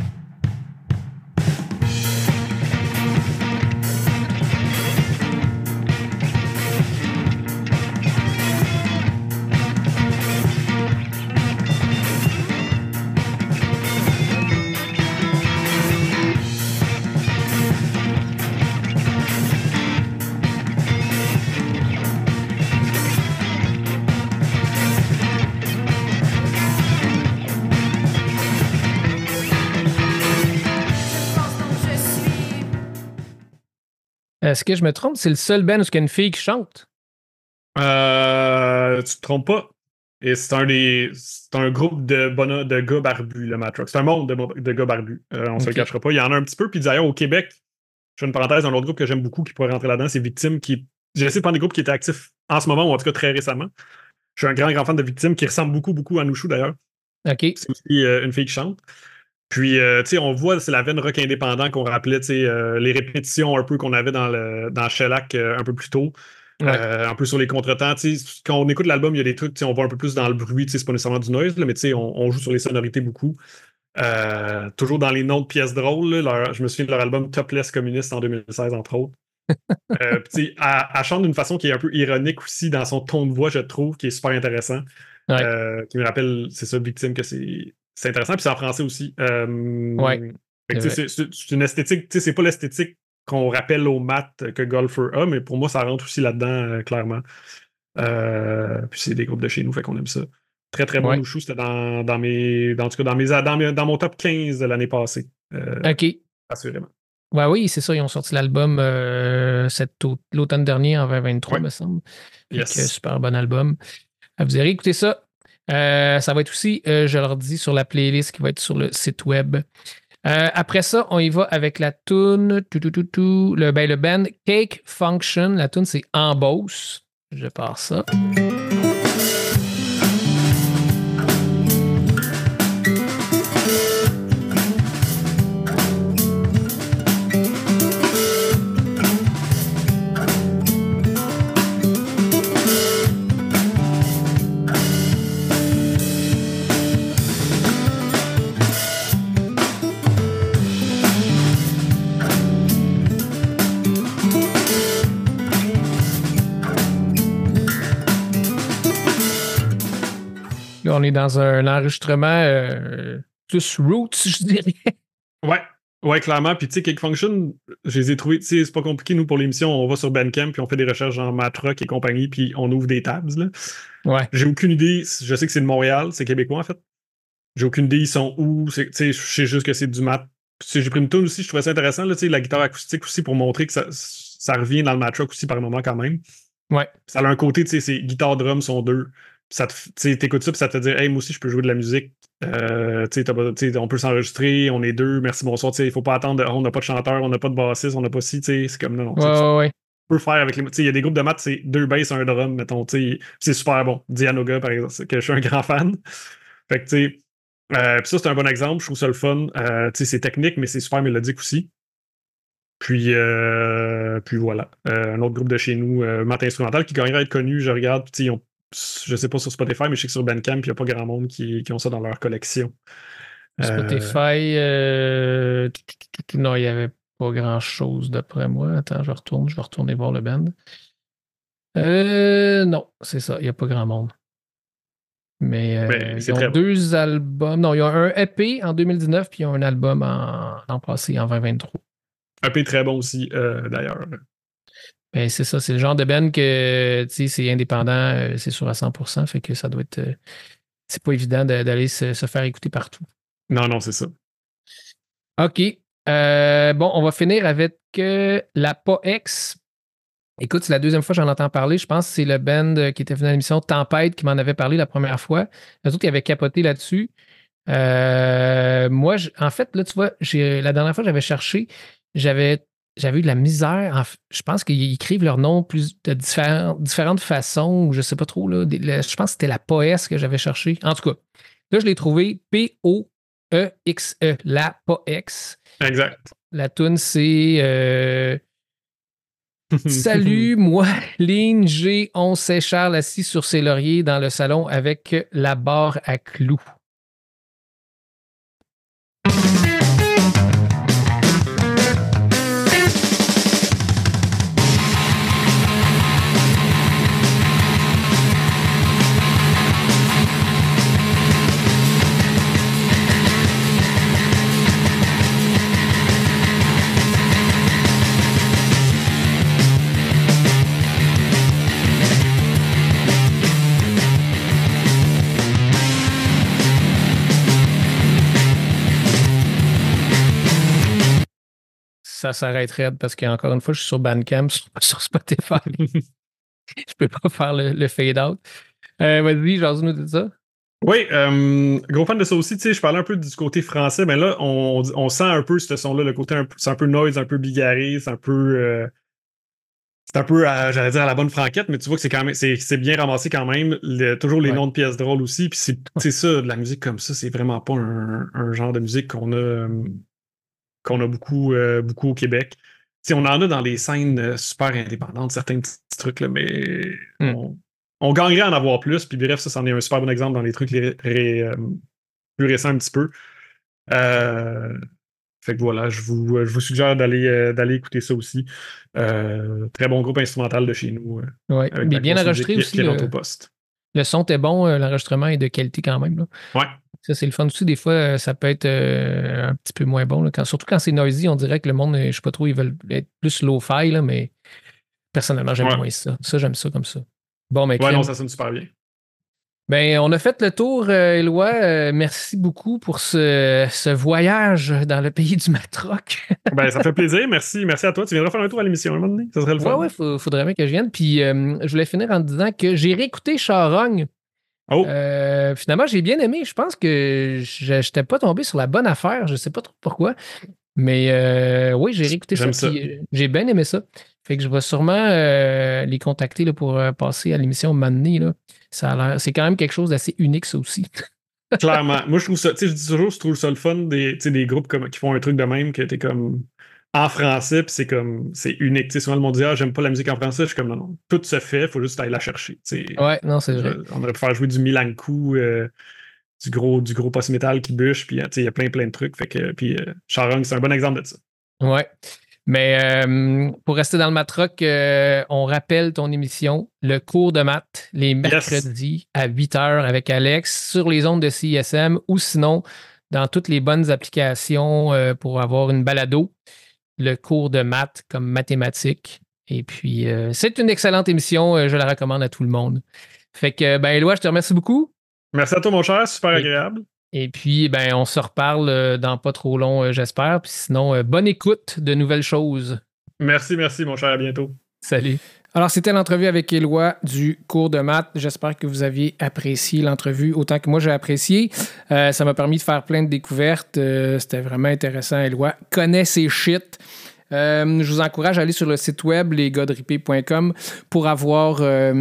Est-ce que je me trompe? C'est le seul band où il y a une fille qui chante? Tu te trompes pas. Et c'est un groupe de gars barbus, le Matrox. C'est un monde de gars barbus. On se le cachera pas. Il y en a un petit peu. Puis d'ailleurs, au Québec, je fais une parenthèse, un autre groupe que j'aime beaucoup qui pourrait rentrer là-dedans, c'est Victime. J'ai essayé de prendre des groupes qui étaient actifs en ce moment, ou en tout cas très récemment. Je suis un grand fan de Victime qui ressemble beaucoup à Nouchou d'ailleurs. OK. C'est aussi une fille qui chante. Puis, tu sais, on voit, c'est la veine rock indépendant qu'on rappelait, tu sais, les répétitions un peu qu'on avait dans Shellac un peu plus tôt. Ouais. Un peu sur les contretemps. Tu sais, quand on écoute l'album, il y a des trucs, tu sais, on va un peu plus dans le bruit, tu sais, c'est pas nécessairement du noise, là, mais tu sais, on joue sur les sonorités beaucoup. Toujours dans les noms de pièces drôles. Je me souviens de leur album Topless Communiste en 2016, entre autres. Puis, elle chante d'une façon qui est un peu ironique aussi dans son ton de voix, je trouve, qui est super intéressant. Ouais. Qui me rappelle, c'est ça, Victime, que c'est intéressant. Puis c'est en français aussi. Ouais. Fait que, c'est une esthétique, tu sais, c'est pas l'esthétique qu'on rappelle au mat que Golfer a, mais pour moi, ça rentre aussi là-dedans, clairement. Puis c'est des groupes de chez nous, fait qu'on aime ça. Très, très bon Ouais. Nouchou, c'était en tout cas, dans mon top 15 de l'année passée. OK. Assurément. Ouais, oui, c'est ça. Ils ont sorti l'album l'automne dernier, en 2023, Ouais. me semble. Yes. Fait que, super bon album. Vous irez écouter ça. Ça va être aussi, je leur dis, sur la playlist qui va être sur le site web. Après ça, on y va avec la tune le band Cake Function. La tune, c'est En Beauce. Je pars ça. Là, on est dans un enregistrement plus roots, je dirais. Ouais, clairement. Puis, tu sais, Cake Function, je les ai trouvés, tu sais, c'est pas compliqué. Nous, pour l'émission, on va sur Bandcamp, puis on fait des recherches en Matrock et compagnie, puis on ouvre des tabs, là. Ouais. J'ai aucune idée. Je sais que c'est de Montréal, c'est québécois, en fait. J'ai aucune idée, ils sont où. Tu sais, je sais juste que c'est du mat. Puis, j'ai pris une tune aussi, je trouvais ça intéressant, là, tu sais, la guitare acoustique aussi, pour montrer que ça revient dans le Matrock aussi par moment, quand même. Ouais. Ça a un côté, tu sais, c'est guitare-drum sont deux. Tu t'écoutes ça, puis ça te dit, hey, moi aussi, je peux jouer de la musique. On peut s'enregistrer, on est deux, merci, bonsoir. Il faut pas attendre, on n'a pas de chanteur, on n'a pas de bassiste, on n'a pas ci, c'est comme non. Ouais. On peut faire avec les. Il y a des groupes de maths, c'est deux basses, un drum, mettons. C'est super bon. Dianoga, par exemple, que je suis un grand fan. Fait que, tu sais. Puis ça, c'est un bon exemple. Je trouve ça le fun. C'est technique, mais c'est super mélodique aussi. Puis voilà. Un autre groupe de chez nous, Math Instrumental, qui gagnerait à être connu. Je regarde, je sais pas sur Spotify, mais je sais que sur Bandcamp, il n'y a pas grand monde qui ont ça dans leur collection. Spotify, non, il n'y avait pas grand-chose d'après moi. Attends, je vais retourner voir le band. Non, c'est ça, il n'y a pas grand monde. Mais ils ont deux albums. Non, il y a un EP en 2019, puis ils ont un album l'an passé, en 2023. Un EP très bon aussi, d'ailleurs. Ben, c'est ça, c'est le genre de band que, tu sais, c'est indépendant, c'est sûr à 100%, fait que ça doit être... c'est pas évident d'aller se faire écouter partout. Non, c'est ça. OK. Bon, on va finir avec la POEX. Écoute, c'est la deuxième fois que j'en entends parler. Je pense que c'est le band qui était venu à l'émission Tempête qui m'en avait parlé la première fois. Les autres, ils avaient capoté là-dessus. Moi, en fait, là, tu vois, la dernière fois que j'avais cherché, j'avais eu de la misère. Je pense qu'ils écrivent leur nom de différentes façons, ou je sais pas trop. Là, je pense que c'était la POEX que j'avais cherché. En tout cas, là, je l'ai trouvé POEXE, la POEX. Exact. La tune, c'est Salut, moi, Lynn G. On sait Charles assis sur ses lauriers dans le salon avec la barre à clous. Ça s'arrêterait parce qu'encore une fois, je suis sur Bandcamp, sur Spotify. Je peux pas faire le fade-out. Vas-y, jase-nous de ça. Oui, gros fan de ça aussi. Tu sais, je parlais un peu du côté français, mais là, on sent un peu ce son-là, le côté c'est un peu noise, un peu bigarré, c'est un peu, j'allais dire à la bonne franquette, mais tu vois que c'est quand même, c'est bien ramassé quand même. Toujours les noms de pièces drôles aussi. Puis c'est ça, de la musique comme ça, c'est vraiment pas un genre de musique qu'on a beaucoup au Québec. T'sais, on en a dans les scènes super indépendantes, certains petits trucs, là, mais on gagnerait à en avoir plus. Puis bref, ça, c'en est un super bon exemple dans les trucs plus récents un petit peu. Fait que voilà, je vous suggère d'aller écouter ça aussi. Très bon groupe instrumental de chez nous. Ouais. Mais bien enregistré aussi. Qui rentre au poste. Le son était bon, l'enregistrement est de qualité quand même. Là. Ouais. Ça, c'est le fun aussi. Des fois, ça peut être un petit peu moins bon. Là. Surtout quand c'est noisy, on dirait que le monde, je sais pas trop, ils veulent être plus low-fi, là, mais personnellement, j'aime moins ça. Ça, j'aime ça comme ça. Bon, mais ouais, non, ça sonne super bien. Ben, on a fait le tour, Éloi. Merci beaucoup pour ce voyage dans le pays du matrock. Ben, ça fait plaisir. Merci à toi. Tu viendras faire un tour à l'émission un moment donné. Ça serait le fun. Ouais, faudrait bien que je vienne. Puis, je voulais finir en disant que j'ai réécouté Charogne. Oh. Finalement, j'ai bien aimé. Je pense que je n'étais pas tombé sur la bonne affaire. Je ne sais pas trop pourquoi. Mais oui, j'ai réécouté ça. J'ai bien aimé ça. Fait que je vais sûrement les contacter là, pour passer à l'émission Manny. C'est quand même quelque chose d'assez unique, ça aussi. Clairement. Moi, je trouve ça, tu sais, je dis toujours, je trouve ça le fun des groupes qui font un truc de même, que t'es comme en français, puis c'est unique. Tu sais, souvent le monde dit, j'aime pas la musique en français. Je suis comme, non, tout se fait, il faut juste aller la chercher. Ouais, non, c'est vrai. On aurait pu faire jouer du Milankou, du gros post-metal qui bûche, puis il y a plein de trucs. Fait que, puis Charogne, c'est un bon exemple de ça. Ouais. Mais pour rester dans le matrock, on rappelle ton émission, le cours de maths, les mercredis à 8h avec Alex sur les ondes de CISM ou sinon dans toutes les bonnes applications pour avoir une balado, le cours de maths comme mathématiques. Et puis, c'est une excellente émission, je la recommande à tout le monde. Fait que, ben, Éloi, je te remercie beaucoup. Merci à toi, mon cher, super agréable. Et puis, ben, on se reparle dans pas trop long, j'espère. Puis sinon, bonne écoute de nouvelles choses. Merci, mon cher. À bientôt. Salut. Alors, c'était l'entrevue avec Éloi du cours de maths. J'espère que vous aviez apprécié l'entrevue autant que moi j'ai apprécié. Ça m'a permis de faire plein de découvertes. C'était vraiment intéressant. Éloi connaît ses shit. Je vous encourage à aller sur le site web lesgodripé.com pour avoir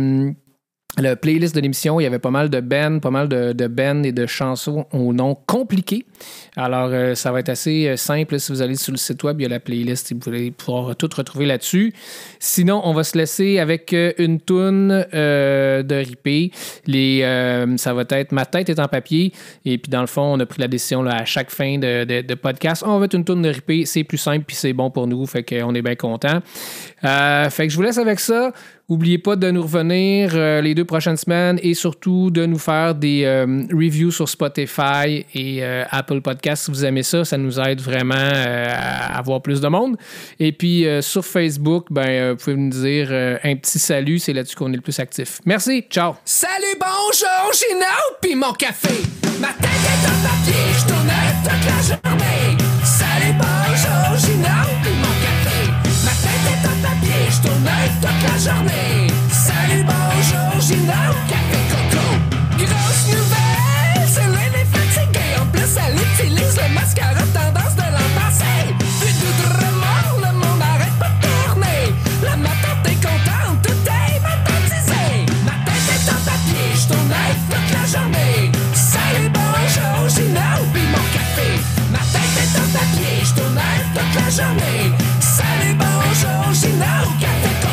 le playlist de l'émission. Il y avait pas mal de bands et de chansons au nom compliqué. Alors, ça va être assez simple. Si vous allez sur le site web, il y a la playlist et vous allez pouvoir tout retrouver là-dessus. Sinon, on va se laisser avec une toune de Ripé. Ça va être Ma tête est en papier. Et puis, dans le fond, on a pris la décision là, à chaque fin de podcast. On va mettre une toune de Ripé. C'est plus simple puis c'est bon pour nous. Fait qu'on est bien contents. Fait que je vous laisse avec ça. N'oubliez pas de nous revenir les 2 prochaines semaines et surtout de nous faire des reviews sur Spotify et Apple Podcasts. Si vous aimez ça, ça nous aide vraiment à avoir plus de monde. Et puis sur Facebook, vous pouvez nous dire un petit salut. C'est là-dessus qu'on est le plus actif. Merci. Ciao. Salut, bonjour, j'ai puis mon café. Ma tête est en papier, je tourne toute la journée. Salut, bonjour, j'ai puis mon café. Ma tête est en papier, je tourne toute la journée. Salut, bonjour, Gino, café coco. Grosse nouvelle, c'est l'un des fatigués. En plus, elle utilise le mascara tendance de l'an passé. Plus de remords, le monde arrête pas de tourner. La ma tante est contente, tout est matantisé. Ma tête est en papier, je tourne toute la journée. Salut, bonjour, Gino, puis mon café. Ma tête est en papier, je tourne toute la journée. Salut, bonjour, Gino, café coco.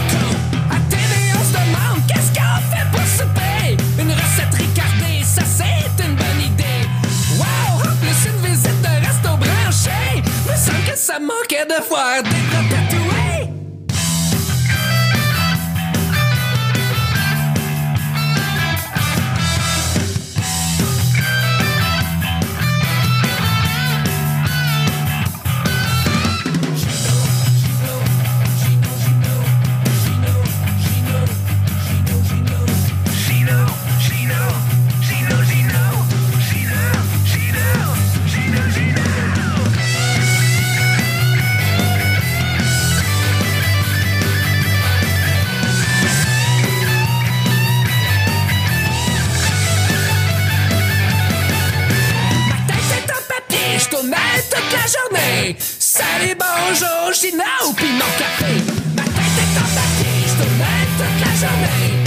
de voir des bras tatoués. Toute la journée, salut, bonjour, Gino, pis mon café. Ma tête est en papier, je tournais toute la journée.